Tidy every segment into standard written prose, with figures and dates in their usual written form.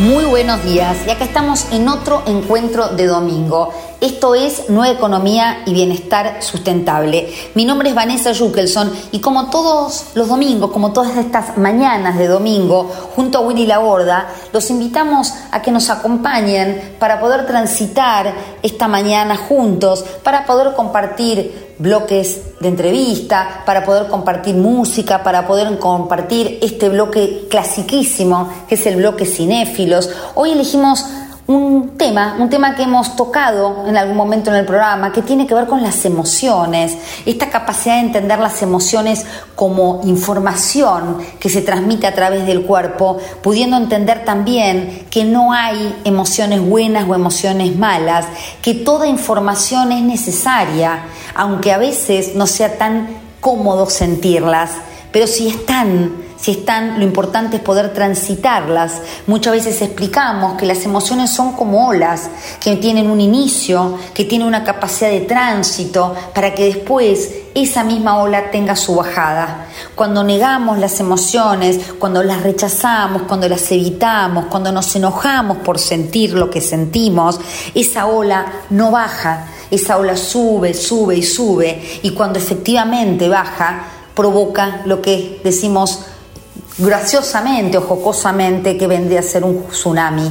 Muy buenos días, y acá estamos en otro encuentro de domingo. Esto es Nueva Economía y Bienestar Sustentable. Mi nombre es Vanessa Jukelson y como todos los domingos, como todas estas mañanas de domingo, junto a Willy Laborda, los invitamos a que nos acompañen para poder transitar esta mañana juntos, para poder compartir bloques de entrevista, para poder compartir música, para poder compartir este bloque clasiquísimo que es el bloque Cinéfilos. Hoy elegimos un tema que hemos tocado en algún momento en el programa, que tiene que ver con las emociones, esta capacidad de entender las emociones como información que se transmite a través del cuerpo, pudiendo entender también que no hay emociones buenas o emociones malas, que toda información es necesaria, aunque a veces no sea tan cómodo sentirlas, pero si están, lo importante es poder transitarlas. Muchas veces explicamos que las emociones son como olas, que tienen un inicio, que tienen una capacidad de tránsito, para que después esa misma ola tenga su bajada. Cuando negamos las emociones, cuando las rechazamos, cuando las evitamos, cuando nos enojamos por sentir lo que sentimos, esa ola no baja, esa ola sube, sube y sube, y cuando efectivamente baja, provoca lo que decimos graciosamente o jocosamente que vendría a ser un tsunami.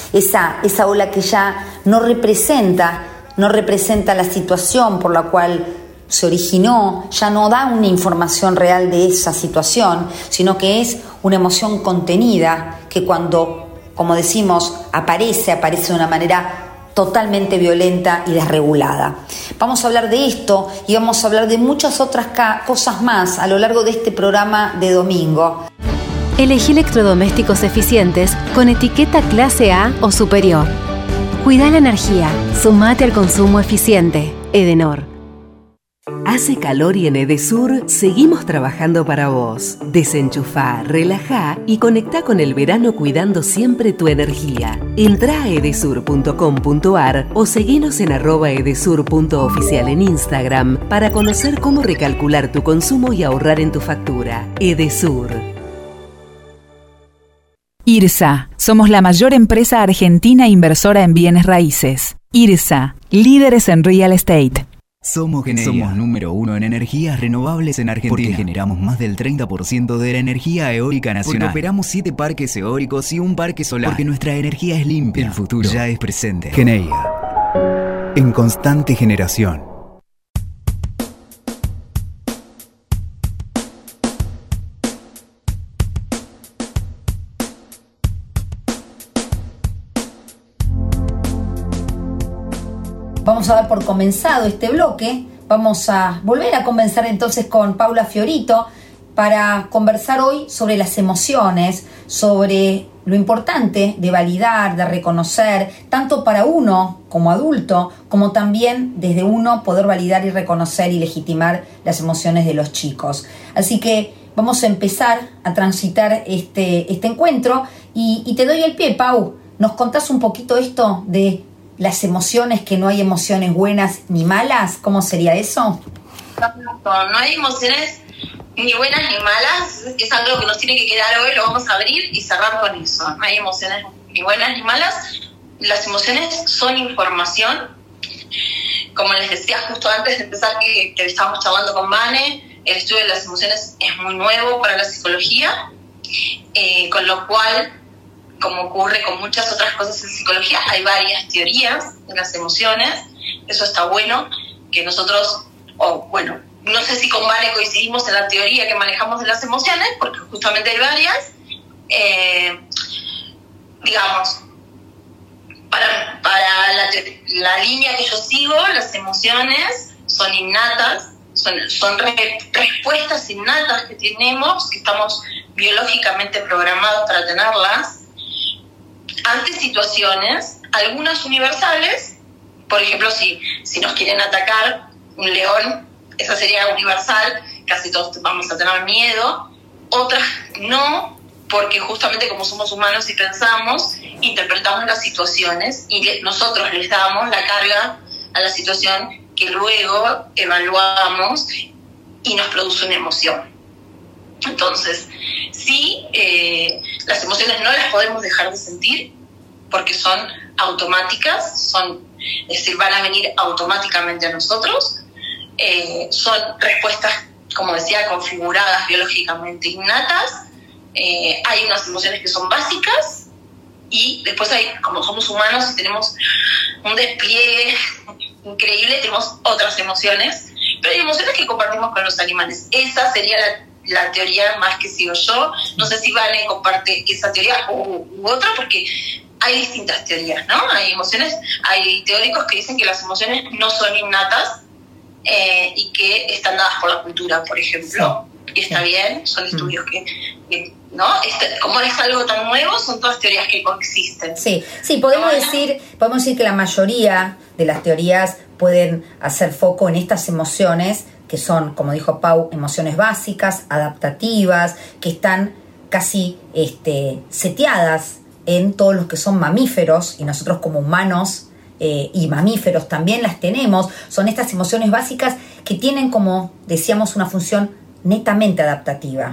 Esa ola que ya no representa la situación por la cual se originó, ya no da una información real de esa situación, sino que es una emoción contenida que cuando, como decimos, aparece de una manera totalmente violenta y desregulada. Vamos a hablar de esto y vamos a hablar de muchas otras cosas más a lo largo de este programa de domingo. Elegí electrodomésticos eficientes con etiqueta clase A o superior. Cuida la energía. Sumate al consumo eficiente. Edenor. Hace calor y en Edesur seguimos trabajando para vos. Desenchufá, relajá y conectá con el verano cuidando siempre tu energía. Entrá a edesur.com.ar o seguinos en @edesur.oficial en Instagram para conocer cómo recalcular tu consumo y ahorrar en tu factura. Edesur. IRSA. Somos la mayor empresa argentina inversora en bienes raíces. IRSA. Líderes en real estate. Somos número 1 en energías renovables en Argentina, porque generamos más del 30% de la energía eólica nacional. Porque operamos 7 parques eólicos y un parque solar. Porque nuestra energía es limpia. El futuro ya es presente. Geneia. En constante generación. Vamos a dar por comenzado este bloque. Vamos a volver a conversar entonces con Paula Fiorito para conversar hoy sobre las emociones, sobre lo importante de validar, de reconocer, tanto para uno como adulto, como también desde uno poder validar y reconocer y legitimar las emociones de los chicos. Así que vamos a empezar a transitar este encuentro y te doy el pie, Pau. ¿Nos contás un poquito esto de las emociones, que no hay emociones buenas ni malas? ¿Cómo sería eso? No hay emociones ni buenas ni malas, es algo que nos tiene que quedar hoy, lo vamos a abrir y cerrar con eso. No hay emociones ni buenas ni malas, las emociones son información. Como les decía justo antes de empezar que estábamos charlando con Vane, el estudio de las emociones es muy nuevo para la psicología, con lo cual, como ocurre con muchas otras cosas en psicología, hay varias teorías de las emociones. Eso está bueno, que nosotros, no sé si con Vane coincidimos en la teoría que manejamos de las emociones, porque justamente hay varias. Digamos, para la línea que yo sigo, las emociones son innatas, son respuestas innatas que tenemos, que estamos biológicamente programados para tenerlas, ante situaciones, algunas universales. Por ejemplo, si nos quieren atacar un león, esa sería universal, casi todos vamos a tener miedo. Otras no, porque justamente como somos humanos y pensamos, interpretamos las situaciones y nosotros les damos la carga a la situación que luego evaluamos y nos produce una emoción. Entonces, sí, las emociones no las podemos dejar de sentir, porque son automáticas, es decir, van a venir automáticamente a nosotros. Son respuestas, como decía, configuradas biológicamente innatas. Hay unas emociones que son básicas y después hay, como somos humanos y tenemos un despliegue increíble, tenemos otras emociones, pero hay emociones que compartimos con los animales. Esa sería la teoría más que sigo yo. No sé si Vane comparte esa teoría u otra, porque hay distintas teorías, ¿no? Hay teóricos que dicen que las emociones no son innatas y que están dadas por la cultura, por ejemplo. Sí. Y está bien, son estudios que ¿no? Como es algo tan nuevo, son todas teorías que coexisten. Sí, podemos decir que la mayoría de las teorías pueden hacer foco en estas emociones que son, como dijo Pau, emociones básicas, adaptativas, que están casi seteadas en todos los que son mamíferos, y nosotros como humanos y mamíferos también las tenemos. Son estas emociones básicas que tienen, como decíamos, una función netamente adaptativa.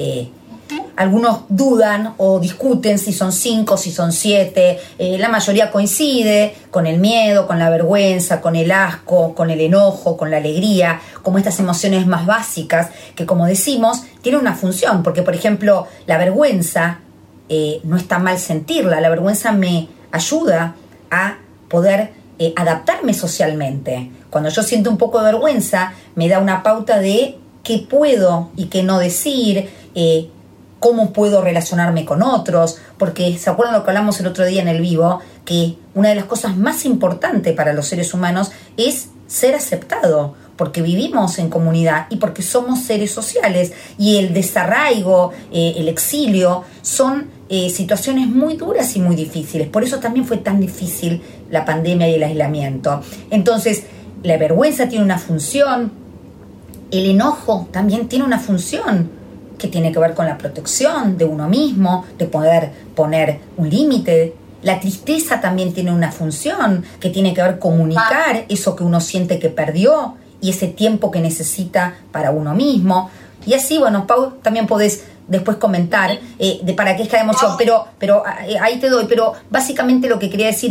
Algunos dudan o discuten si son 5, si son 7. La mayoría coincide con el miedo, con la vergüenza, con el asco, con el enojo, con la alegría, como estas emociones más básicas que, como decimos, tienen una función. Porque, por ejemplo, la vergüenza no está mal sentirla. La vergüenza me ayuda a poder adaptarme socialmente. Cuando yo siento un poco de vergüenza, me da una pauta de qué puedo y qué no decir, cómo puedo relacionarme con otros, porque ¿se acuerdan lo que hablamos el otro día en el vivo? Que una de las cosas más importantes para los seres humanos es ser aceptado, porque vivimos en comunidad y porque somos seres sociales, y el desarraigo, el exilio, son situaciones muy duras y muy difíciles. Por eso también fue tan difícil la pandemia y el aislamiento. Entonces, la vergüenza tiene una función, el enojo también tiene una función, que tiene que ver con la protección de uno mismo, de poder poner un límite. La tristeza también tiene una función, que tiene que ver comunicar eso que uno siente que perdió y ese tiempo que necesita para uno mismo. Y así, bueno, Pau, también podés después comentar de para qué es cada emoción, pero ahí te doy. Pero básicamente lo que quería decir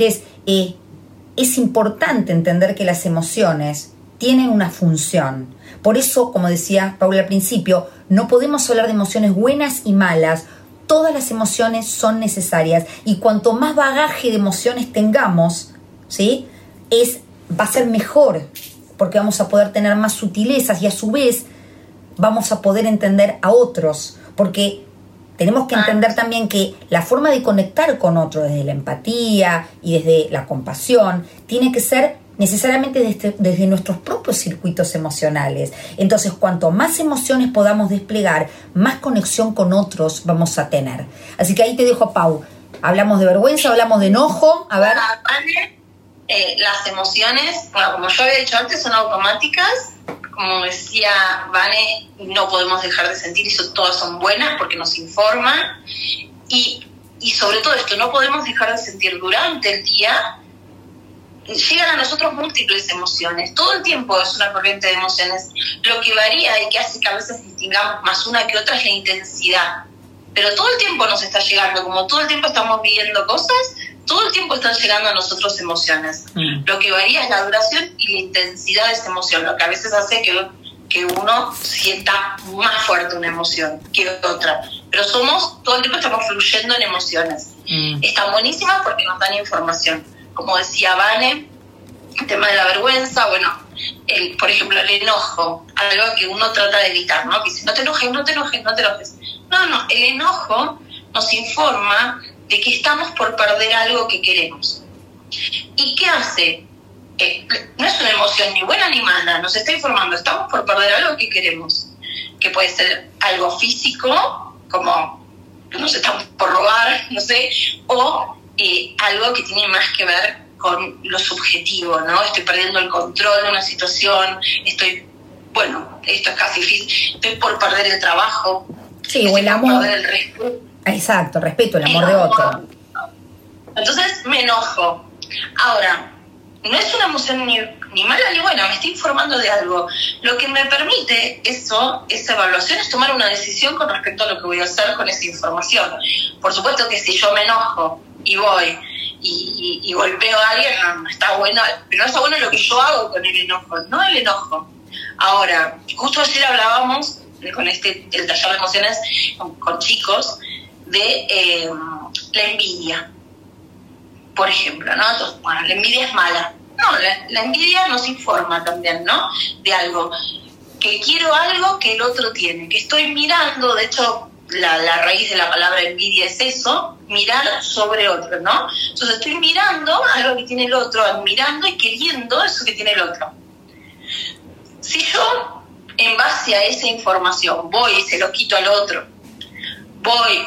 es importante entender que las emociones tienen una función. Por eso, como decía Paula al principio, no podemos hablar de emociones buenas y malas. Todas las emociones son necesarias, y cuanto más bagaje de emociones tengamos, ¿sí? Va a ser mejor, porque vamos a poder tener más sutilezas y a su vez vamos a poder entender a otros, porque tenemos que entender también que la forma de conectar con otro desde la empatía y desde la compasión tiene que ser necesariamente desde nuestros propios circuitos emocionales. Entonces, cuanto más emociones podamos desplegar, más conexión con otros vamos a tener. Así que ahí te dejo, Pau. Hablamos de vergüenza, hablamos de enojo. A ver. Las emociones, bueno, como yo había dicho antes, son automáticas. Como decía Vane, no podemos dejar de sentir, y todas son buenas porque nos informan. Y sobre todo esto, no podemos dejar de sentir durante el día. Llegan a nosotros múltiples emociones, todo el tiempo es una corriente de emociones. Lo que varía y que hace que a veces distingamos más una que otra es la intensidad, pero todo el tiempo nos está llegando, como todo el tiempo estamos viviendo cosas, todo el tiempo están llegando a nosotros emociones. Lo que varía es la duración y la intensidad de esa emoción, lo que a veces hace que uno sienta más fuerte una emoción que otra, pero todo el tiempo estamos fluyendo en emociones. Están buenísimas porque nos dan información. Como decía Vane, el tema de la vergüenza, bueno, por ejemplo, el enojo, algo que uno trata de evitar, ¿no? Que dice, no te enojes. No, el enojo nos informa de que estamos por perder algo que queremos. ¿Y qué hace? No es una emoción ni buena ni mala, nos está informando, estamos por perder algo que queremos, que puede ser algo físico, como que nos estamos por robar, no sé, o algo que tiene más que ver con lo subjetivo, ¿no? Estoy perdiendo el control de una situación, esto es casi difícil, estoy por perder el trabajo, sí, o el amor, por perder el respeto. Exacto, respeto, el amor de otro. Entonces me enojo. Ahora, no es una emoción ni mala ni buena, me está informando de algo. Lo que me permite esa evaluación, es tomar una decisión con respecto a lo que voy a hacer con esa información. Por supuesto que si yo me enojo y voy y golpeo a alguien, no está bueno, pero no está bueno lo que yo hago con el enojo, no el enojo. Ahora, justo ayer hablábamos con el taller de emociones con chicos de la envidia, por ejemplo, ¿no? Entonces, bueno, la envidia es mala. No, la envidia nos informa también, ¿no? De algo, que quiero algo que el otro tiene, que estoy mirando, de hecho, la raíz de la palabra envidia es eso, mirar sobre otro, ¿no? Entonces estoy mirando algo que tiene el otro, admirando y queriendo eso que tiene el otro. Si yo, en base a esa información, voy y se lo quito al otro, voy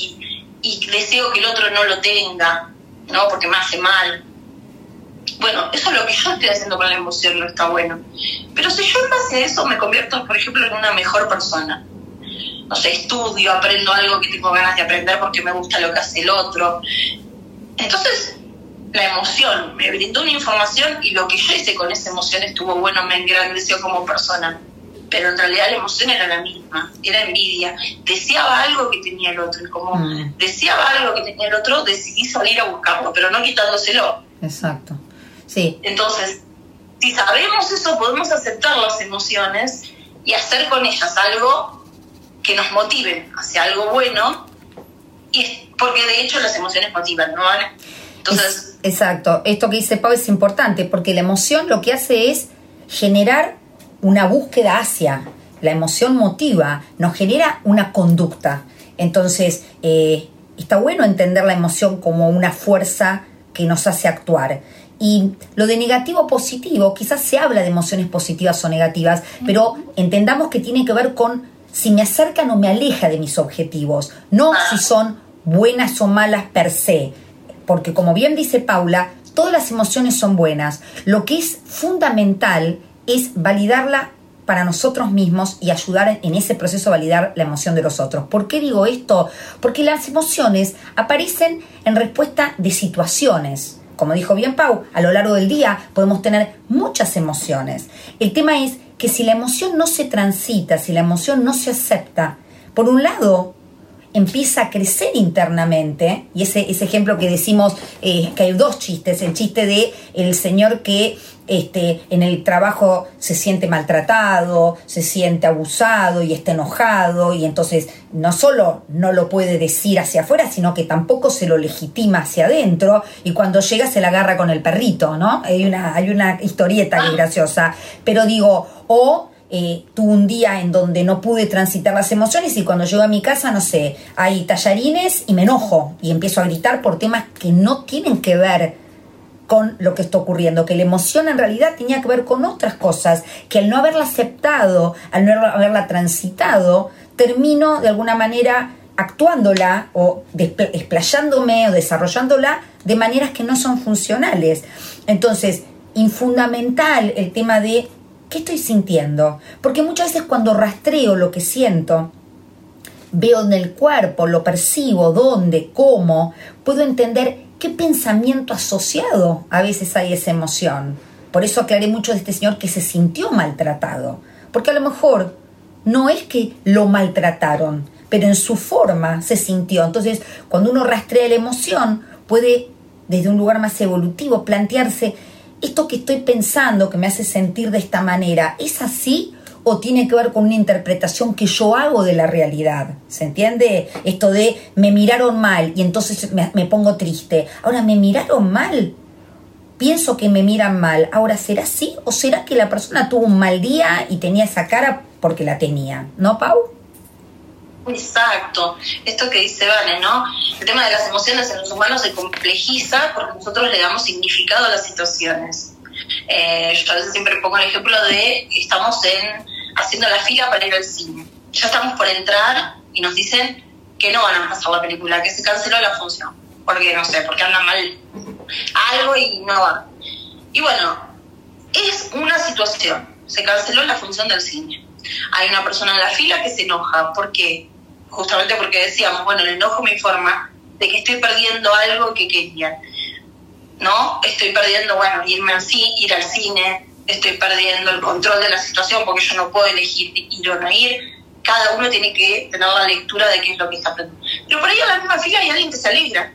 y deseo que el otro no lo tenga, ¿no? Porque me hace mal. Bueno, eso es lo que yo estoy haciendo con la emoción, no está bueno. Pero si yo en base a eso me convierto, por ejemplo, en una mejor persona, no sé, estudio, aprendo algo que tengo ganas de aprender porque me gusta lo que hace el otro, entonces la emoción me brindó una información y lo que yo hice con esa emoción estuvo bueno, me engrandeció como persona. Pero en realidad la emoción era la misma, era envidia. Deseaba algo que tenía el otro, y como deseaba algo que tenía el otro, decidí salir a buscarlo, pero no quitándoselo. Exacto, sí. Entonces, si sabemos eso, podemos aceptar las emociones y hacer con ellas algo que nos motive hacia algo bueno, y porque de hecho las emociones motivan, ¿no? Entonces, exacto, esto que dice Pau es importante, porque la emoción lo que hace es generar una búsqueda hacia, la emoción motiva, nos genera una conducta. Entonces, está bueno entender la emoción como una fuerza que nos hace actuar. Y lo de negativo positivo, quizás se habla de emociones positivas o negativas, pero entendamos que tiene que ver con si me acercan o me aleja de mis objetivos, no si son buenas o malas per se. Porque como bien dice Paula, todas las emociones son buenas. Lo que es fundamental es validarla para nosotros mismos y ayudar en ese proceso a validar la emoción de los otros. ¿Por qué digo esto? Porque las emociones aparecen en respuesta de situaciones. Como dijo bien Pau, a lo largo del día podemos tener muchas emociones. El tema es que si la emoción no se transita, si la emoción no se acepta, por un lado empieza a crecer internamente, y ese ejemplo que decimos, que hay dos chistes, el chiste de el señor que en el trabajo se siente maltratado, se siente abusado y está enojado, y entonces no solo no lo puede decir hacia afuera, sino que tampoco se lo legitima hacia adentro, y cuando llega se la agarra con el perrito, ¿no? Hay una historieta que es graciosa, pero digo, tuve un día en donde no pude transitar las emociones y cuando llego a mi casa, no sé, hay tallarines y me enojo y empiezo a gritar por temas que no tienen que ver con lo que está ocurriendo, que la emoción en realidad tenía que ver con otras cosas, que al no haberla aceptado, al no haberla transitado, termino de alguna manera actuándola o explayándome o desarrollándola de maneras que no son funcionales. Entonces, infundamental el tema de ¿qué estoy sintiendo? Porque muchas veces cuando rastreo lo que siento, veo en el cuerpo, lo percibo, dónde, cómo, puedo entender qué pensamiento asociado a veces hay esa emoción. Por eso aclaré mucho de este señor que se sintió maltratado. Porque a lo mejor no es que lo maltrataron, pero en su forma se sintió. Entonces, cuando uno rastrea la emoción, puede, desde un lugar más evolutivo, plantearse, ¿esto que estoy pensando que me hace sentir de esta manera, es así o tiene que ver con una interpretación que yo hago de la realidad? ¿Se entiende? Esto de me miraron mal y entonces me pongo triste. Ahora, ¿me miraron mal? Pienso que me miran mal. Ahora, ¿será así o será que la persona tuvo un mal día y tenía esa cara porque la tenía? ¿No, Pau? Exacto, esto que dice Vane, ¿no? El tema de las emociones en los humanos se complejiza porque nosotros le damos significado a las situaciones. Yo a veces siempre pongo el ejemplo de estamos haciendo la fila para ir al cine. Ya estamos por entrar y nos dicen que no van a pasar la película, que se canceló la función. Porque no sé, porque anda mal algo y no va. Y bueno, es una situación. Se canceló la función del cine. Hay una persona en la fila que se enoja. ¿Por qué? Justamente porque decíamos, bueno, el enojo me informa de que estoy perdiendo algo que quería, ¿no? Estoy perdiendo, bueno, ir al cine, estoy perdiendo el control de la situación porque yo no puedo elegir ir o no ir. Cada uno tiene que tener la lectura de qué es lo que está aprendiendo. Pero por ahí en la misma fila hay alguien que se alegra.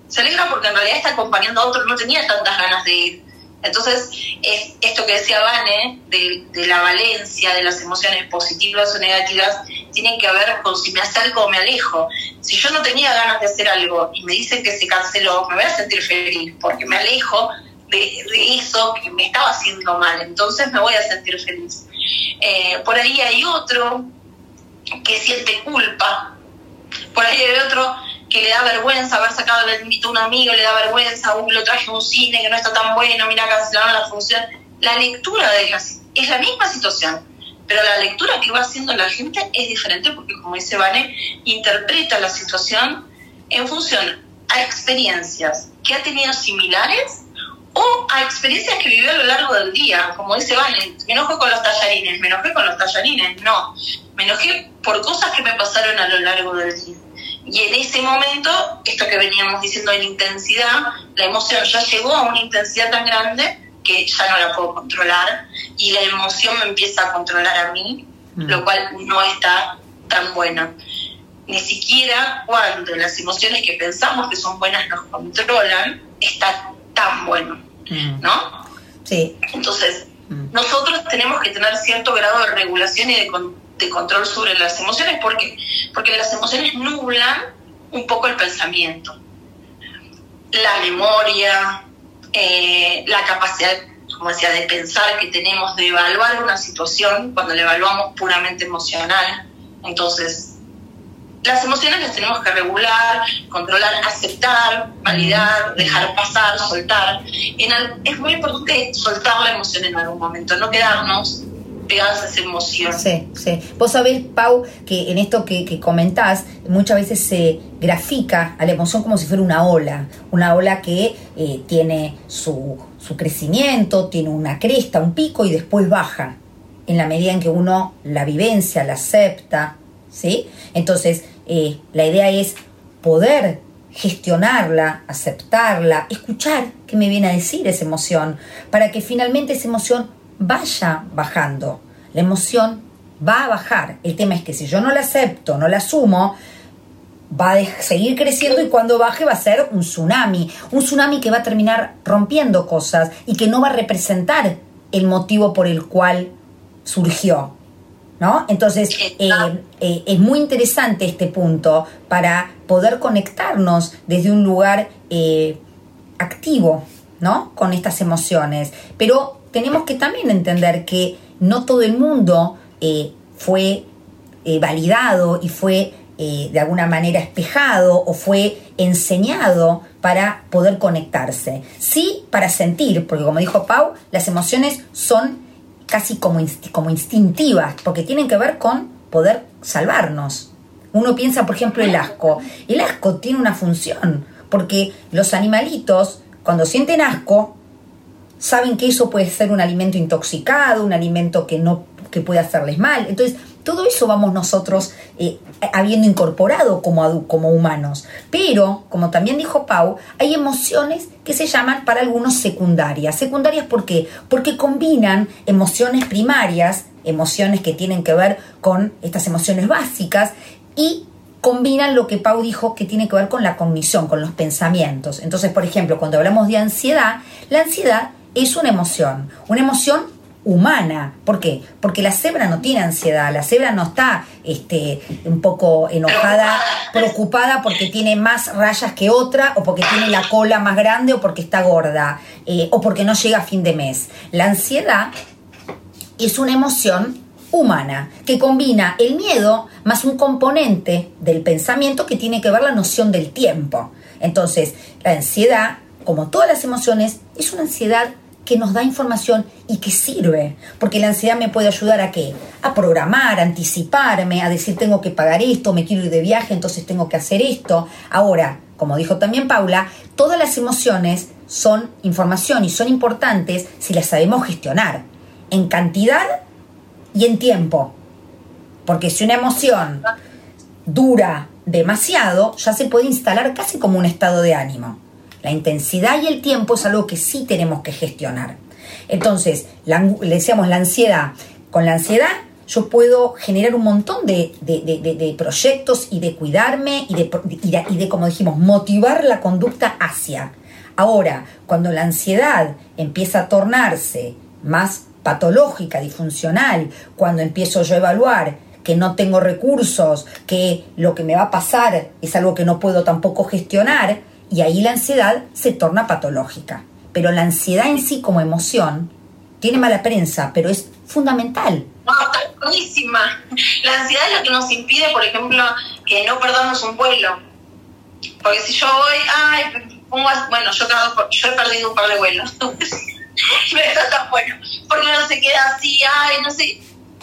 Se alegra porque en realidad está acompañando a otro, no tenía tantas ganas de ir. Entonces, es esto que decía Vane, de la valencia, de las emociones positivas o negativas, tienen que ver con si me acerco o me alejo. Si yo no tenía ganas de hacer algo y me dicen que se canceló, me voy a sentir feliz porque me alejo de eso que me estaba haciendo mal, entonces me voy a sentir feliz. Por ahí hay otro que siente culpa, por ahí hay otro que le da vergüenza haber sacado, le invitó a un amigo, le da vergüenza, lo traje a un cine que no está tan bueno, mira, cancelaron la función. La lectura es la misma situación, pero la lectura que va haciendo la gente es diferente porque, como dice Vane, interpreta la situación en función a experiencias que ha tenido similares o a experiencias que vivió a lo largo del día. Como dice Vane, me enojé con los tallarines, no, me enojé por cosas que me pasaron a lo largo del día. Y en ese momento, esto que veníamos diciendo de la intensidad, la emoción ya llegó a una intensidad tan grande que ya no la puedo controlar y la emoción me empieza a controlar a mí, lo cual no está tan bueno. Ni siquiera cuando las emociones que pensamos que son buenas nos controlan, está tan bueno, ¿no? Sí. Entonces, nosotros tenemos que tener cierto grado de regulación y de control sobre las emociones. ¿Por qué? Porque las emociones nublan un poco el pensamiento, la memoria, la capacidad, como decía, de pensar que tenemos, de evaluar una situación cuando la evaluamos puramente emocional. Entonces, las emociones las tenemos que regular, controlar, aceptar, validar, dejar pasar, soltar. Es muy importante soltar la emoción en algún momento, no quedarnos pegados a esa emoción. Sí, sí. Vos sabés, Pau, que en esto que comentás, muchas veces se grafica a la emoción como si fuera una ola que tiene su crecimiento, tiene una cresta, un pico y después baja, en la medida en que uno la vivencia, la acepta, ¿sí? Entonces, la idea es poder gestionarla, aceptarla, escuchar qué me viene a decir esa emoción, para que finalmente esa emoción vaya bajando. La emoción va a bajar. El tema es que si yo no la acepto, no la asumo, va a seguir creciendo y cuando baje va a ser un tsunami que va a terminar rompiendo cosas y que no va a representar el motivo por el cual surgió, ¿no? Entonces, es muy interesante este punto para poder conectarnos desde un lugar activo, ¿no? Con estas emociones. Pero tenemos que también entender que no todo el mundo fue validado y fue de alguna manera espejado o fue enseñado para poder conectarse. Sí, para sentir, porque como dijo Pau, las emociones son casi como instintivas, porque tienen que ver con poder salvarnos. Uno piensa, por ejemplo, el asco. El asco tiene una función, porque los animalitos, cuando sienten asco, saben que eso puede ser un alimento intoxicado, un alimento que puede hacerles mal. Entonces, todo eso vamos nosotros habiendo incorporado como humanos. Pero, como también dijo Pau, hay emociones que se llaman para algunos secundarias. ¿Secundarias por qué? Porque combinan emociones primarias, emociones que tienen que ver con estas emociones básicas, y combinan lo que Pau dijo que tiene que ver con la cognición, con los pensamientos. Entonces, por ejemplo, cuando hablamos de ansiedad, la ansiedad es una emoción humana. ¿Por qué? Porque la cebra no tiene ansiedad, la cebra no está un poco enojada, preocupada porque tiene más rayas que otra, o porque tiene la cola más grande, o porque está gorda, o porque no llega a fin de mes. La ansiedad es una emoción humana que combina el miedo más un componente del pensamiento que tiene que ver la noción del tiempo. Entonces, la ansiedad, como todas las emociones, es una ansiedad que nos da información y que sirve, porque la ansiedad me puede ayudar ¿a qué? A programar, a anticiparme, a decir tengo que pagar esto, me quiero ir de viaje, entonces tengo que hacer esto. Ahora, como dijo también Paula, todas las emociones son información y son importantes si las sabemos gestionar, en cantidad y en tiempo, porque si una emoción dura demasiado, ya se puede instalar casi como un estado de ánimo. La intensidad y el tiempo es algo que sí tenemos que gestionar. Entonces, le decíamos la ansiedad. Con la ansiedad yo puedo generar un montón de proyectos y de cuidarme y de, como dijimos, motivar la conducta hacia. Ahora, cuando la ansiedad empieza a tornarse más patológica, disfuncional, cuando empiezo yo a evaluar que no tengo recursos, que lo que me va a pasar es algo que no puedo tampoco gestionar, y ahí la ansiedad se torna patológica. Pero la ansiedad en sí como emoción tiene mala prensa, pero es fundamental. No, está buenísima. La ansiedad es lo que nos impide, por ejemplo, que no perdamos un vuelo. Porque si yo voy, yo he perdido un par de vuelos. No está tan bueno. Porque uno se queda así, no sé,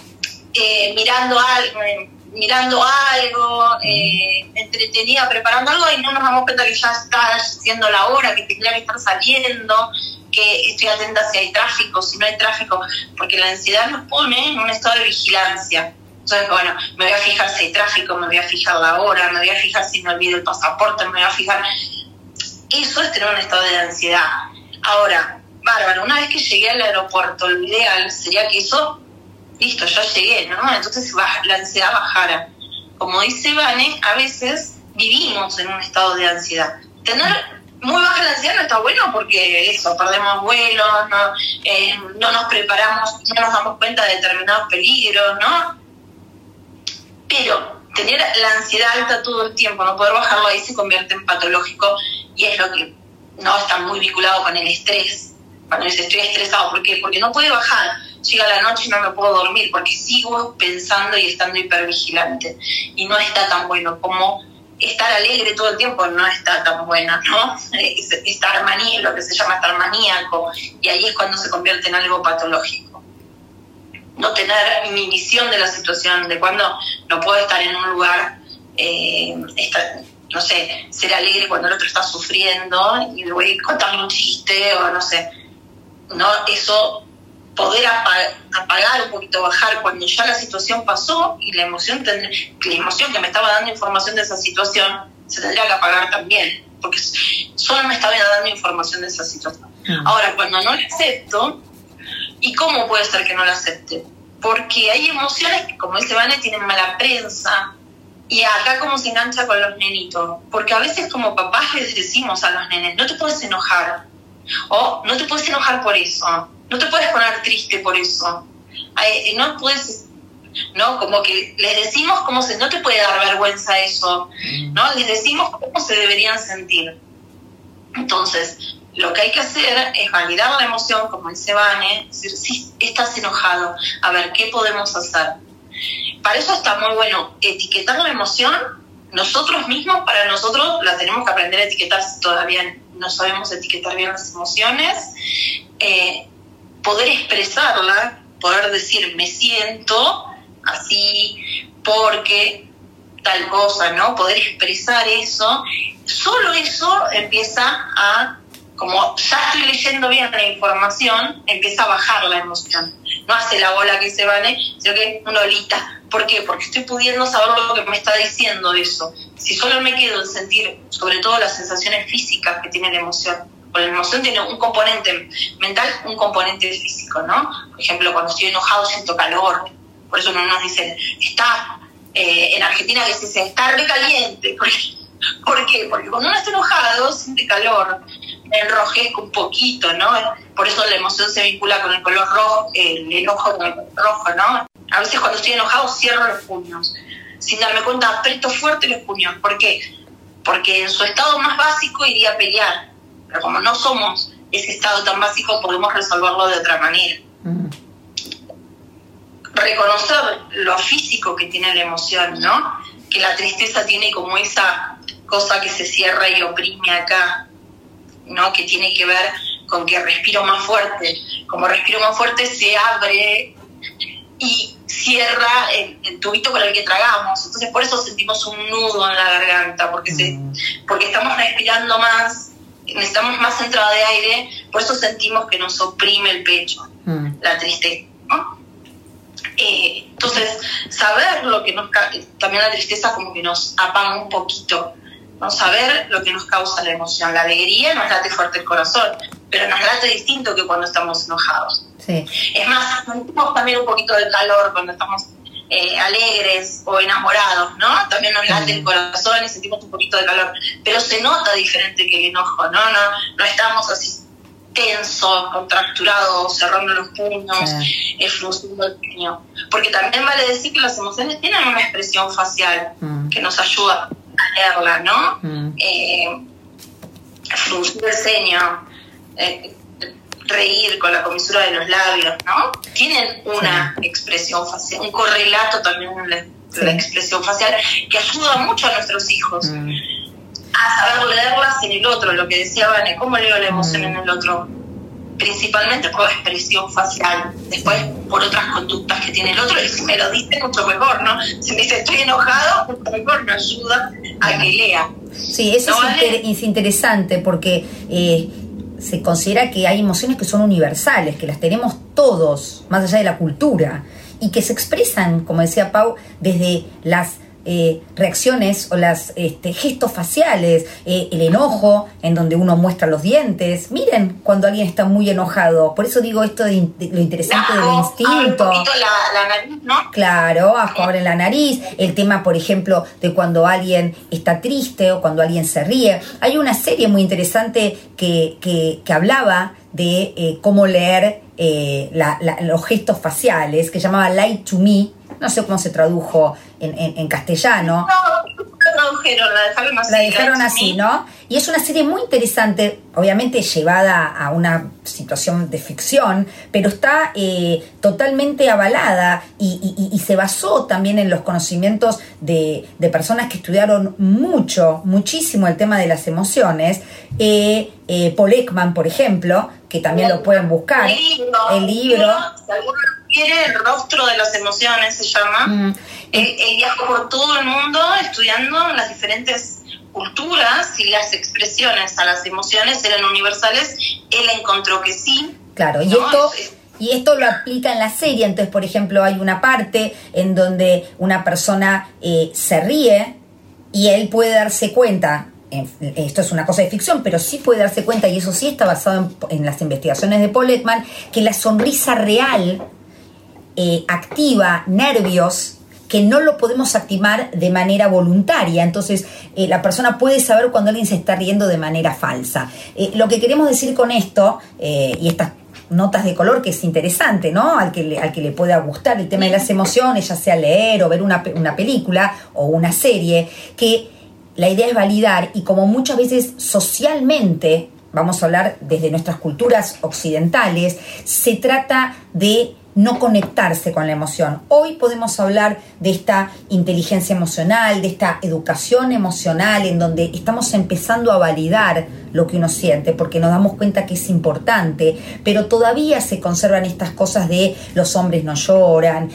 mirando algo, entretenida, preparando algo, y no nos damos cuenta que ya está siendo la hora, que tendría que estar saliendo, que estoy atenta si hay tráfico, si no hay tráfico, porque la ansiedad nos pone en un estado de vigilancia. Entonces, bueno, me voy a fijar si hay tráfico, me voy a fijar la hora, me voy a fijar si me olvido el pasaporte, me voy a fijar... Eso es tener un estado de ansiedad. Ahora, bárbaro, una vez que llegué al aeropuerto, lo ideal sería que eso... Listo, ya llegué, ¿no? Entonces la ansiedad bajara. Como dice Vane, a veces vivimos en un estado de ansiedad. Tener muy baja la ansiedad no está bueno porque eso, perdemos vuelos, no nos preparamos, no nos damos cuenta de determinados peligros, ¿no? Pero tener la ansiedad alta todo el tiempo, no poder bajarlo, ahí se convierte en patológico, y es lo que no está muy vinculado con el estrés. Cuando dice estoy estresado, ¿por qué? Porque no puede bajar. Llega la noche y no me puedo dormir porque sigo pensando y estando hipervigilante. Y no está tan bueno como estar alegre todo el tiempo, no está tan bueno, ¿no? Estar maníaco, lo que se llama estar maníaco, y ahí es cuando se convierte en algo patológico. No tener mi visión de la situación, de cuando no puedo estar en un lugar, no sé, ser alegre cuando el otro está sufriendo y le voy a contarle un chiste o no sé. No, eso, poder apagar un poquito, bajar cuando ya la situación pasó, y la emoción que me estaba dando información de esa situación se tendría que apagar también, porque solo me estaba dando información de esa situación. Ahora, cuando no la acepto, ¿y cómo puede ser que no la acepte? Porque hay emociones que, como dice Vane, tienen mala prensa, y acá como se engancha con los nenitos, porque a veces como papás les decimos a los nenes, no te puedes enojar, o no te puedes enojar por eso, no te puedes poner triste por eso, no puedes, ¿no? Como que les decimos no te puede dar vergüenza eso, ¿no? Les decimos cómo se deberían sentir. Entonces, lo que hay que hacer es validar la emoción, como dice Vane, decir, sí, estás enojado, a ver, ¿qué podemos hacer? Para eso está muy bueno etiquetar la emoción. Nosotros mismos, para nosotros, la tenemos que aprender a etiquetar si todavía no sabemos etiquetar bien las emociones. Poder expresarla, poder decir, me siento así porque tal cosa, ¿no? Poder expresar eso. Solo eso empieza a, como ya estoy leyendo bien la información, empieza a bajar la emoción. No hace la bola que se vale, sino que una olita. ¿Por qué? Porque estoy pudiendo saber lo que me está diciendo eso. Si solo me quedo en sentir, sobre todo las sensaciones físicas que tiene la emoción, porque la emoción tiene un componente mental, un componente físico, ¿no? Por ejemplo, cuando estoy enojado siento calor. Por eso no nos dicen, está en Argentina que se dice, está recaliente. ¿Por qué? Porque cuando uno está enojado siente calor, me enrojezco un poquito, ¿no? Por eso la emoción se vincula con el color rojo, el enojo con el color rojo, ¿no? A veces cuando estoy enojado cierro los puños. Sin darme cuenta, aprieto fuerte los puños. ¿Por qué? Porque en su estado más básico iría a pelear. Pero como no somos ese estado tan básico, podemos resolverlo de otra manera. Reconocer lo físico que tiene la emoción, ¿no? Que la tristeza tiene como esa cosa que se cierra y oprime acá, ¿no? Que tiene que ver con que respiro más fuerte. Como respiro más fuerte se abre y cierra el tubito con el que tragamos. Entonces por eso sentimos un nudo en la garganta, porque estamos respirando más, necesitamos más entrada de aire, por eso sentimos que nos oprime el pecho, la tristeza, ¿no? Entonces saber lo que también la tristeza como que nos apaga un poquito, ¿no? Saber lo que nos causa la emoción. La alegría nos late fuerte el corazón, pero nos late distinto que cuando estamos enojados. Sí. Es más, sentimos también un poquito de calor cuando estamos alegres o enamorados, ¿no? También nos late el corazón y sentimos un poquito de calor, pero se nota diferente que el enojo, no estamos así tensos, contracturados, cerrando los puños, frunciendo el ceño, porque también vale decir que las emociones tienen una expresión facial que nos ayuda a leerla, ¿no? Fruncir el ceño, reír con la comisura de los labios, ¿no? Tienen una expresión facial, un correlato también en la expresión facial que ayuda mucho a nuestros hijos a saber leerlas en el otro, lo que decía Vane, ¿cómo leo la emoción en el otro? Principalmente por la expresión facial, después por otras conductas que tiene el otro, y si me lo dice mucho mejor, ¿no? Si me dice estoy enojado, mucho mejor me ayuda a que lea. Sí, eso ¿no, es interesante porque se considera que hay emociones que son universales, que las tenemos todos, más allá de la cultura, y que se expresan, como decía Pau, desde las reacciones o las gestos faciales, el enojo, en donde uno muestra los dientes. Miren cuando alguien está muy enojado. Por eso digo esto de lo interesante del instinto. Un poquito la nariz, ¿no? Claro, abre la nariz. El tema, por ejemplo, de cuando alguien está triste o cuando alguien se ríe. Hay una serie muy interesante que hablaba de cómo leer los gestos faciales, que llamaba Lie to Me. No sé cómo se tradujo en castellano. La dejaron así, ¿no? Y es una serie muy interesante, obviamente llevada a una situación de ficción, pero está totalmente avalada y se basó también en los conocimientos de personas que estudiaron muchísimo el tema de las emociones. Paul Ekman, por ejemplo, que también lo pueden buscar. El libro. El rostro de las emociones se llama. Él viajó por todo el mundo estudiando las diferentes culturas y las expresiones a las emociones eran universales. Él encontró que sí. Claro, y esto lo aplica en la serie. Entonces, por ejemplo, hay una parte en donde una persona se ríe y él puede darse cuenta. Esto es una cosa de ficción, pero sí puede darse cuenta, y eso sí está basado en las investigaciones de Paul Ekman, que la sonrisa real activa nervios que no lo podemos activar de manera voluntaria. Entonces la persona puede saber cuando alguien se está riendo de manera falsa. Lo que queremos decir con esto, y estas notas de color, que es interesante, ¿no? Al que le pueda gustar el tema de las emociones, ya sea leer o ver una película o una serie, que la idea es validar, y como muchas veces socialmente, vamos a hablar desde nuestras culturas occidentales, se trata de no conectarse con la emoción. Hoy podemos hablar de esta inteligencia emocional, de esta educación emocional, en donde estamos empezando a validar lo que uno siente, porque nos damos cuenta que es importante, pero todavía se conservan estas cosas de los hombres no lloran,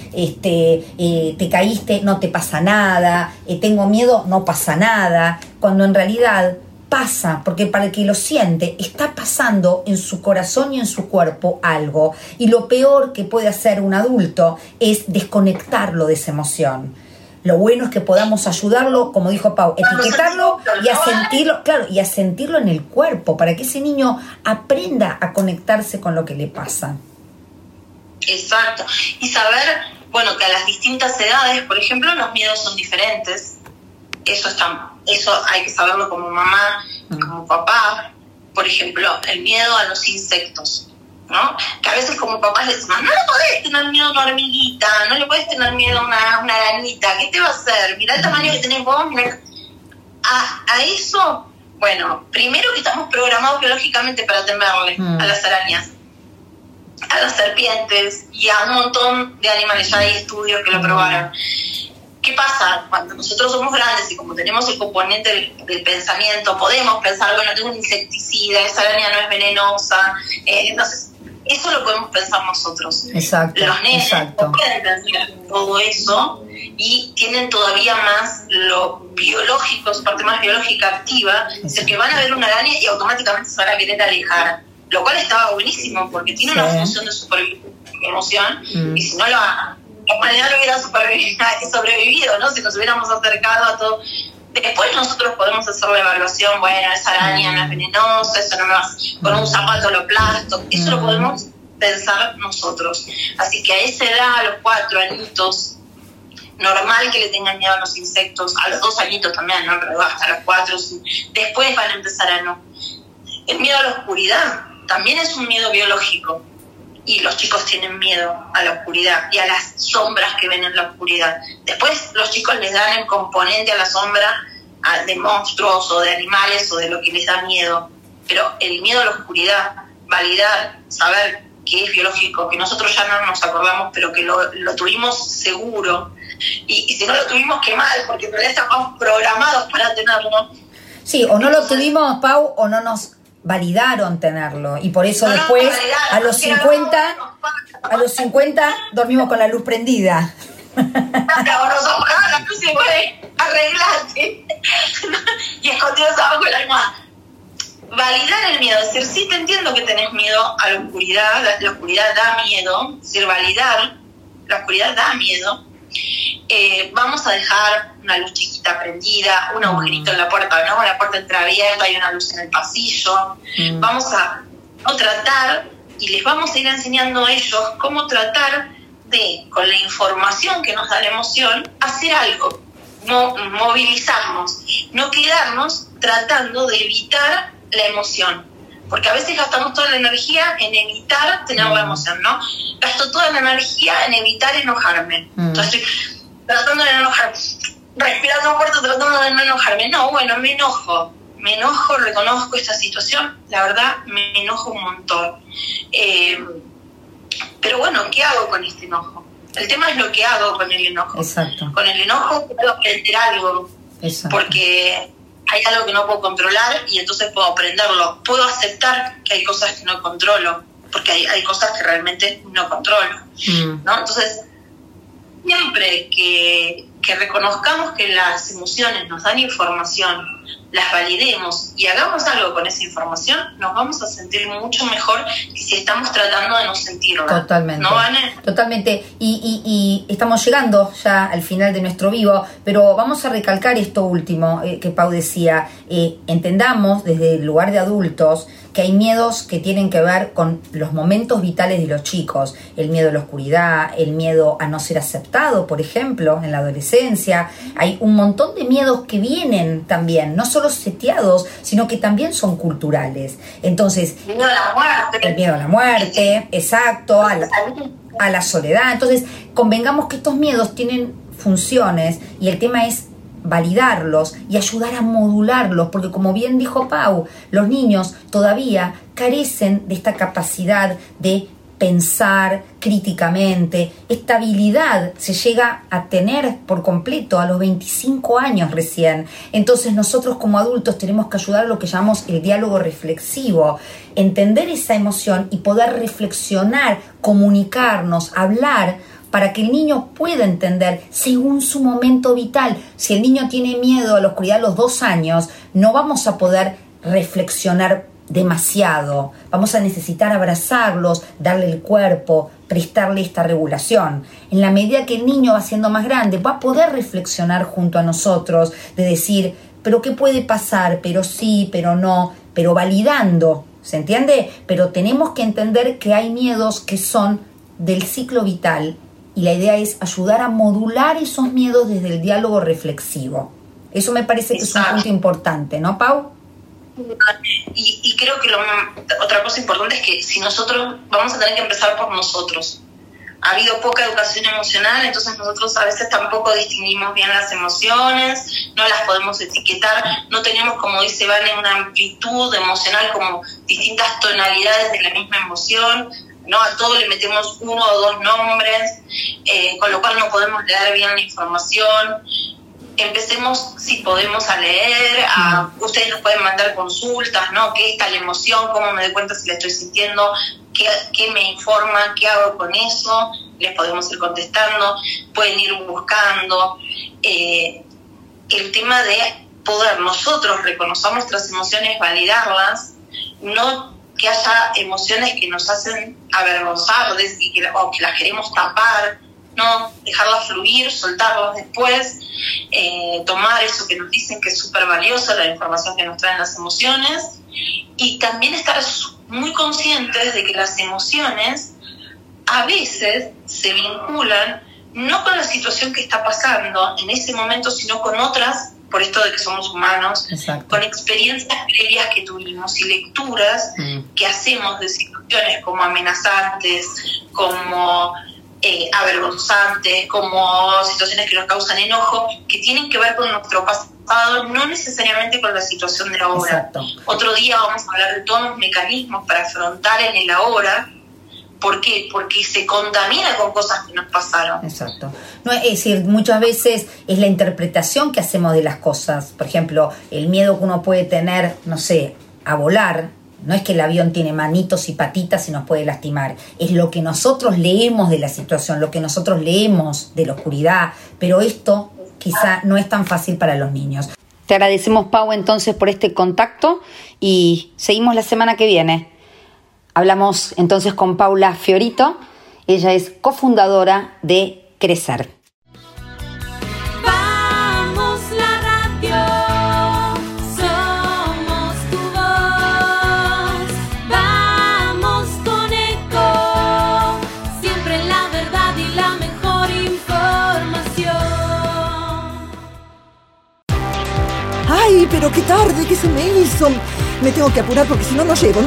te caíste, no te pasa nada, tengo miedo, no pasa nada, cuando en realidad pasa, porque para el que lo siente está pasando en su corazón y en su cuerpo algo, y lo peor que puede hacer un adulto es desconectarlo de esa emoción. Lo bueno es que podamos ayudarlo, como dijo Pau, etiquetarlo y a sentirlo, claro, y a sentirlo en el cuerpo, para que ese niño aprenda a conectarse con lo que le pasa. Exacto. Y saber, bueno, que a las distintas edades, por ejemplo, los miedos son diferentes. Eso hay que saberlo como mamá, como papá. Por ejemplo, el miedo a los insectos, ¿no? Que a veces como papás le decimos, no le podés tener miedo a una hormiguita, no le podés tener miedo a una arañita, ¿qué te va a hacer? Mirá el tamaño que tenés vos, mirá. A eso, bueno, primero que estamos programados biológicamente para temerle a las arañas, a las serpientes y a un montón de animales. Ya hay estudios que lo probaron. ¿Qué pasa? Cuando nosotros somos grandes y como tenemos el componente del pensamiento, podemos pensar, bueno, tengo un insecticida, esa araña no es venenosa, entonces eso lo podemos pensar nosotros. Exacto. Los nenes no pueden pensar todo eso y tienen todavía más lo biológico, su parte más biológica activa, es que van a ver una araña y automáticamente se van a querer alejar, lo cual estaba buenísimo porque tiene una función de emoción y si no lo de manera no hubiera sobrevivido, ¿no? Si nos hubiéramos acercado a todo. Después nosotros podemos hacer la evaluación, bueno, esa araña no es venenosa, eso no me va, con un zapato lo aplasto, eso lo podemos pensar nosotros. Así que a esa edad, a los 4 añitos, normal que le tengan miedo a los insectos, a los 2 añitos también, ¿no? Pero hasta los 4, después van a empezar a no. El miedo a la oscuridad también es un miedo biológico, y los chicos tienen miedo a la oscuridad y a las sombras que ven en la oscuridad. Después los chicos les dan el componente a la sombra de monstruos o de animales o de lo que les da miedo, pero el miedo a la oscuridad, validar, saber que es biológico, que nosotros ya no nos acordamos, pero que lo tuvimos seguro, y si no lo tuvimos, qué mal, porque en realidad estamos programados para tenerlo. Sí, o no lo tuvimos, Pau, o no nos validaron tenerlo, y por eso después a los 50 dormimos con la luz prendida. La luz se puede arreglarte y escondidos abajo de la almohada. Validar el miedo, es decir, sí te entiendo que tenés miedo a la oscuridad da miedo, es decir, validar, la oscuridad da miedo. Vamos a dejar una luz chiquita prendida, un agujerito en la puerta, ¿no? La puerta entreabierta, hay una luz en el pasillo. Vamos a tratar, y les vamos a ir enseñando a ellos cómo tratar de, con la información que nos da la emoción, hacer algo, no movilizarnos, no quedarnos tratando de evitar la emoción, porque a veces gastamos toda la energía en evitar tener la emoción, ¿no? Gasto toda la energía en evitar enojarme. Entonces estoy tratando de no enojarme, respirando fuerte, tratando de no enojarme. No, bueno, me enojo, reconozco esta situación, la verdad me enojo un montón. Pero bueno, ¿qué hago con este enojo? El tema es lo que hago con el enojo. Exacto. Con el enojo puedo aprender algo. Exacto. Porque hay algo que no puedo controlar y entonces puedo aprenderlo. Puedo aceptar que hay cosas que no controlo, porque hay cosas que realmente no controlo, ¿no? Entonces, siempre que reconozcamos que las emociones nos dan información, las validemos y hagamos algo con esa información, nos vamos a sentir mucho mejor que si estamos tratando de no sentirla. Totalmente. ¿No, Vane? Totalmente. Y estamos llegando ya al final de nuestro vivo, pero vamos a recalcar esto último que Pau decía. Entendamos desde el lugar de adultos que hay miedos que tienen que ver con los momentos vitales de los chicos, el miedo a la oscuridad, el miedo a no ser aceptado, por ejemplo, en la adolescencia. Hay un montón de miedos que vienen también, no solo seteados, sino que también son culturales. Entonces, el miedo a la muerte. El miedo a la muerte, exacto, a la soledad. Entonces, convengamos que estos miedos tienen funciones y el tema es validarlos y ayudar a modularlos, porque como bien dijo Pau, los niños todavía carecen de esta capacidad de pensar críticamente. Esta habilidad se llega a tener por completo a los 25 años recién. Entonces nosotros como adultos tenemos que ayudar a lo que llamamos el diálogo reflexivo, entender esa emoción y poder reflexionar, comunicarnos, hablar, para que el niño pueda entender según su momento vital. Si el niño tiene miedo a la oscuridad a los 2 años, no vamos a poder reflexionar demasiado. Vamos a necesitar abrazarlos, darle el cuerpo, prestarle esta regulación. En la medida que el niño va siendo más grande, va a poder reflexionar junto a nosotros, de decir, pero ¿qué puede pasar? Pero sí, pero no, pero validando, ¿se entiende? Pero tenemos que entender que hay miedos que son del ciclo vital, y la idea es ayudar a modular esos miedos desde el diálogo reflexivo. Eso me parece que es un punto importante, ¿no, Pau? Y creo que otra cosa importante es que si nosotros vamos a tener que empezar por nosotros. Ha habido poca educación emocional, entonces nosotros a veces tampoco distinguimos bien las emociones, no las podemos etiquetar, no tenemos, como dice Vane, una amplitud emocional, como distintas tonalidades de la misma emoción, ¿no? A todo le metemos 1 o 2 nombres, con lo cual no podemos leer bien la información. Empecemos, si podemos, a leer, ustedes nos pueden mandar consultas, ¿no? ¿Qué es tal emoción? ¿Cómo me doy cuenta si la estoy sintiendo? ¿Qué me informa? ¿Qué hago con eso? Les podemos ir contestando, pueden ir buscando. El tema de poder nosotros reconocer nuestras emociones, validarlas, no que haya emociones que nos hacen avergonzar o que las queremos tapar, no, dejarlas fluir, soltarlas después, tomar eso que nos dicen que es súper valioso, la información que nos traen las emociones, y también estar muy conscientes de que las emociones a veces se vinculan no con la situación que está pasando en ese momento, sino con otras, por esto de que somos humanos, Exacto. con experiencias previas que tuvimos y lecturas que hacemos de situaciones como amenazantes, como avergonzantes, como situaciones que nos causan enojo, que tienen que ver con nuestro pasado, no necesariamente con la situación de ahora. Exacto. Otro día vamos a hablar de todos los mecanismos para afrontar en el ahora. ¿Por qué? Porque se contamina con cosas que nos pasaron. Exacto. No, es decir, muchas veces es la interpretación que hacemos de las cosas. Por ejemplo, el miedo que uno puede tener, no sé, a volar. No es que el avión tiene manitos y patitas y nos puede lastimar. Es lo que nosotros leemos de la situación, lo que nosotros leemos de la oscuridad. Pero esto quizá no es tan fácil para los niños. Te agradecemos, Pau, entonces por este contacto y seguimos la semana que viene. Hablamos entonces con Paula Fiorito. Ella es cofundadora de Crecer. Vamos la radio, somos tu voz. Vamos con Eco, siempre la verdad y la mejor información. ¡Ay, pero qué tarde que se me hizo! Me tengo que apurar porque si no, no llego.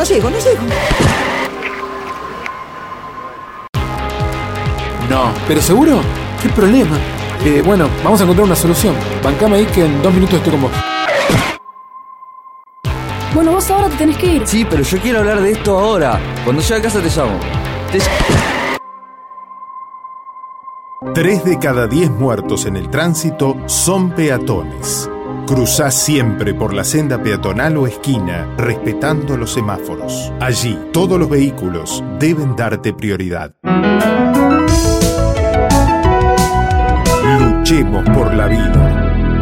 No. ¿Pero seguro? ¿Qué problema? Bueno, vamos a encontrar una solución. Bancame ahí que en 2 minutos estoy con vos. Bueno, vos ahora te tenés que ir. Sí, pero yo quiero hablar de esto ahora. Cuando llegue a casa te llamo. 3 de cada 10 muertos en el tránsito son peatones. Cruzá siempre por la senda peatonal o esquina, respetando los semáforos. Allí, todos los vehículos deben darte prioridad. Luchemos por la vida.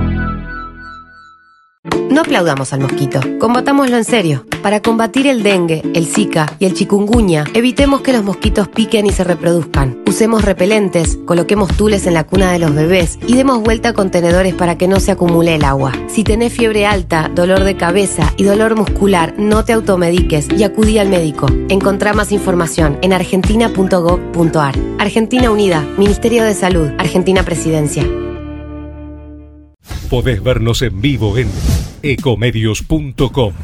No aplaudamos al mosquito, combatámoslo en serio. Para combatir el dengue, el zika y el chikungunya, evitemos que los mosquitos piquen y se reproduzcan. Usemos repelentes, coloquemos tules en la cuna de los bebés y demos vuelta a contenedores para que no se acumule el agua. Si tenés fiebre alta, dolor de cabeza y dolor muscular, no te automediques y acudí al médico. Encontrá más información en argentina.gov.ar. Argentina Unida, Ministerio de Salud, Argentina Presidencia. Podés vernos en vivo en ecomedios.com.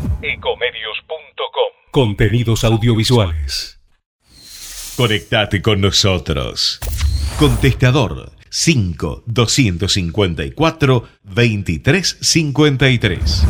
Contenidos audiovisuales. Conectate con nosotros. Contestador 5-254-2353.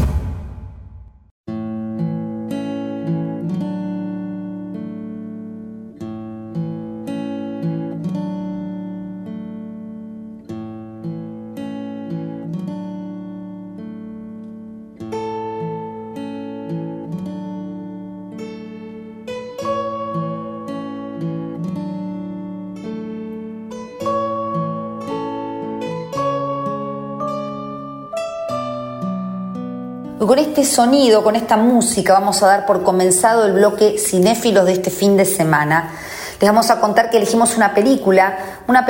Con este sonido, con esta música, vamos a dar por comenzado el bloque cinéfilos de este fin de semana. Les vamos a contar que elegimos una película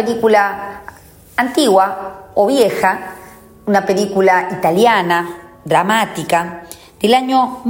antigua o vieja, una película italiana, dramática, del año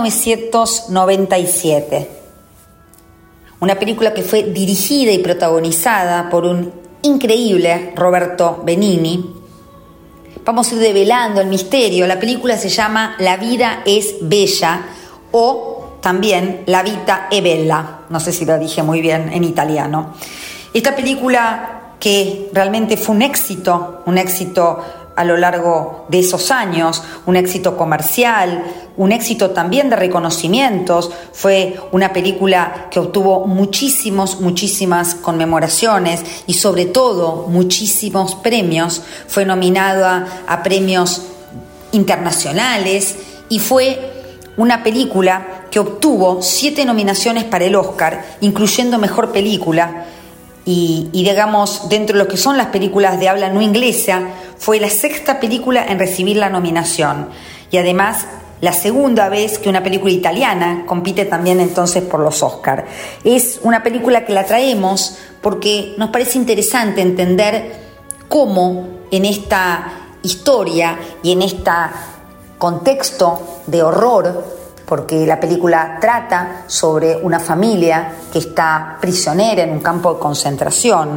1997. Una película que fue dirigida y protagonizada por un increíble Roberto Benigni. Vamos a ir develando el misterio. La película se llama La vida es bella o también La vita è bella. No sé si lo dije muy bien en italiano. Esta película que realmente fue un éxito a lo largo de esos años, un éxito comercial, un éxito también de reconocimientos. Fue una película que obtuvo muchísimas conmemoraciones y sobre todo muchísimos premios. Fue nominada a premios internacionales y fue una película que obtuvo 7 nominaciones para el Oscar, incluyendo Mejor Película. Y digamos, dentro de lo que son las películas de habla no inglesa, fue la 6ª película en recibir la nominación y además la 2ª vez que una película italiana compite también entonces por los Oscar. Es una película que la traemos porque nos parece interesante entender cómo en esta historia y en este contexto de horror porque la película trata sobre una familia que está prisionera en un campo de concentración.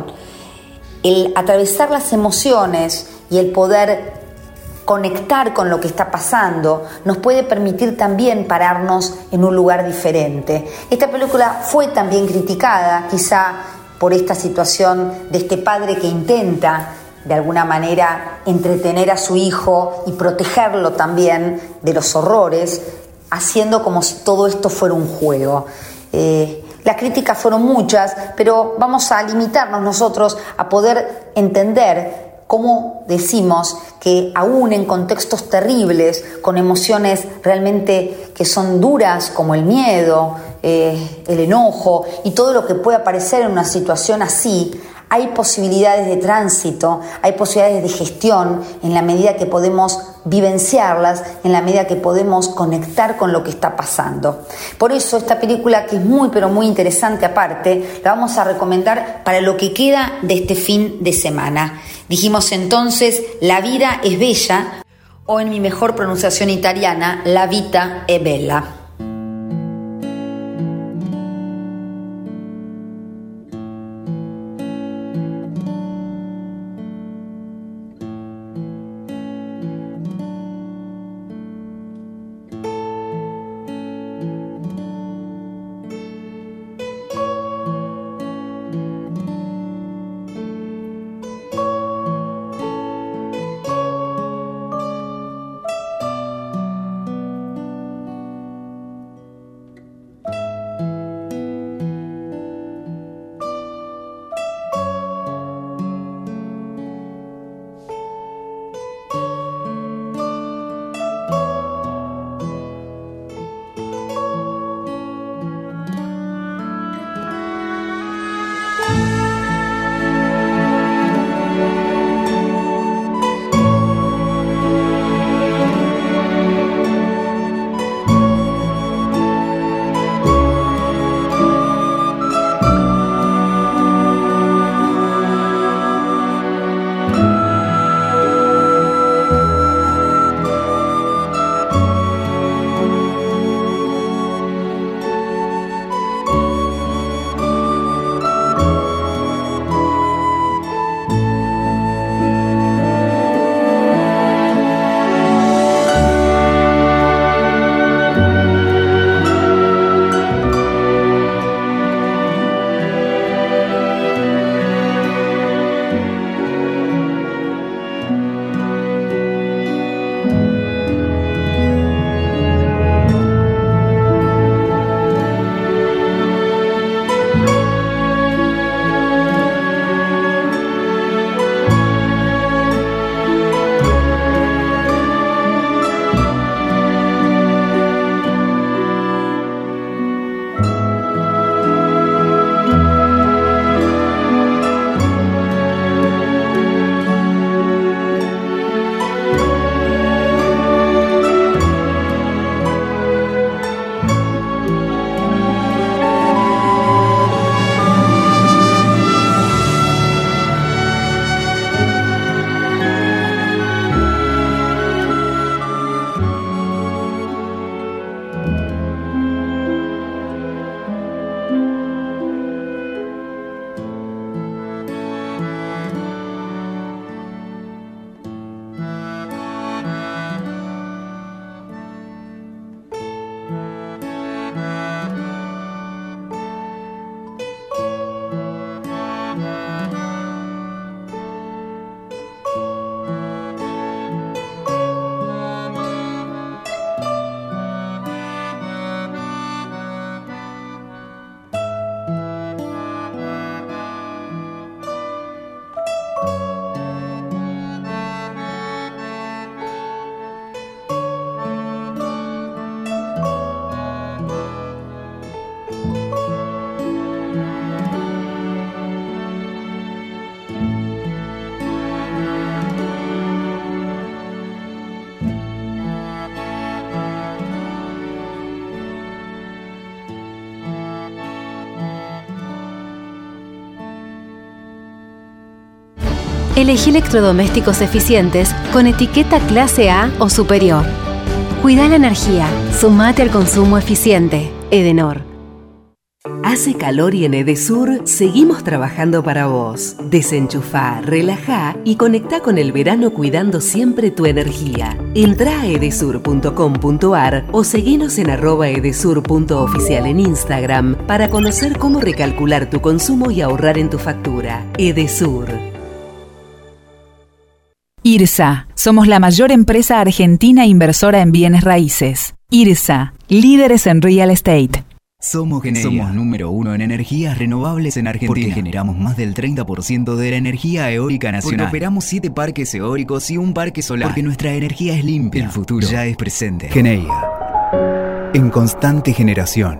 El atravesar las emociones y el poder conectar con lo que está pasando nos puede permitir también pararnos en un lugar diferente. Esta película fue también criticada, quizá por esta situación de este padre que intenta de alguna manera entretener a su hijo y protegerlo también de los horrores, haciendo como si todo esto fuera un juego. Las críticas fueron muchas, pero vamos a limitarnos nosotros a poder entender cómo decimos que aún en contextos terribles, con emociones realmente que son duras como el miedo, el enojo y todo lo que puede aparecer en una situación así, hay posibilidades de tránsito, hay posibilidades de gestión en la medida que podemos vivenciarlas, en la medida que podemos conectar con lo que está pasando. Por eso esta película, que es muy pero muy interesante aparte, la vamos a recomendar para lo que queda de este fin de semana. Dijimos entonces La vida es bella, o en mi mejor pronunciación italiana, La vita è bella. Elegí electrodomésticos eficientes con etiqueta clase A o superior. Cuida la energía. Sumate al consumo eficiente. Edenor. Hace calor y en Edesur seguimos trabajando para vos. Desenchufá, relajá y conectá con el verano cuidando siempre tu energía. Entrá a edesur.com.ar o seguinos en @edesur.oficial en Instagram para conocer cómo recalcular tu consumo y ahorrar en tu factura. Edesur. IRSA. Somos la mayor empresa argentina inversora en bienes raíces. IRSA. Líderes en real estate. Somos número 1 en energías renovables en Argentina. Porque generamos más del 30% de la energía eólica nacional. Porque operamos 7 parques eólicos y un parque solar. Porque nuestra energía es limpia. El futuro ya es presente. Geneia. En constante generación.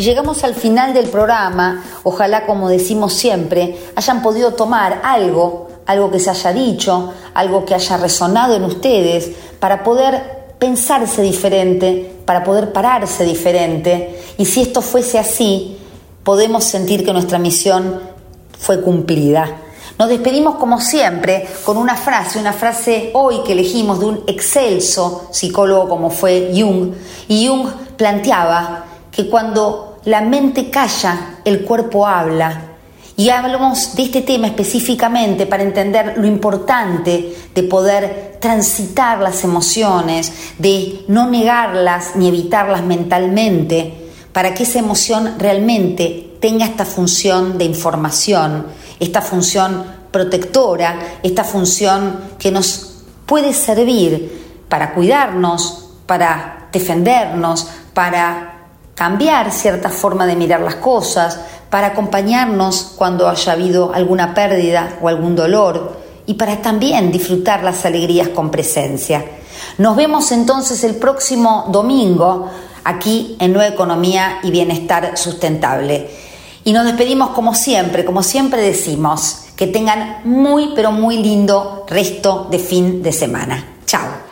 Y llegamos al final del programa. Ojalá, como decimos siempre, hayan podido tomar algo que se haya dicho, algo que haya resonado en ustedes, para poder pensarse diferente, para poder pararse diferente. Y si esto fuese así, podemos sentir que nuestra misión fue cumplida. Nos despedimos como siempre con una frase hoy que elegimos de un excelso psicólogo como fue Jung. Y Jung planteaba que cuando la mente calla, el cuerpo habla. Y hablamos de este tema específicamente para entender lo importante de poder transitar las emociones, de no negarlas ni evitarlas mentalmente, para que esa emoción realmente tenga esta función de información, esta función protectora, esta función que nos puede servir para cuidarnos, para defendernos, para cambiar cierta forma de mirar las cosas, para acompañarnos cuando haya habido alguna pérdida o algún dolor y para también disfrutar las alegrías con presencia. Nos vemos entonces el próximo domingo aquí en Nueva Economía y Bienestar Sustentable. Y nos despedimos como siempre decimos, que tengan muy pero muy lindo resto de fin de semana. Chao.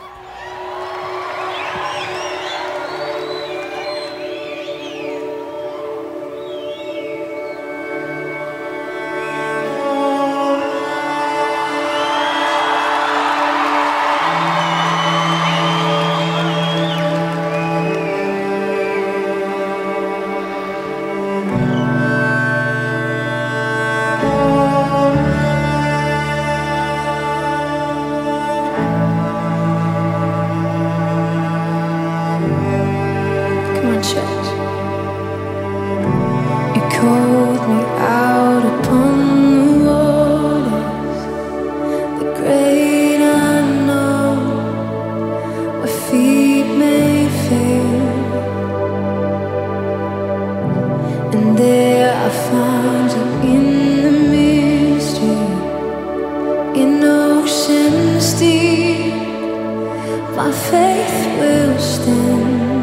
My faith will stand.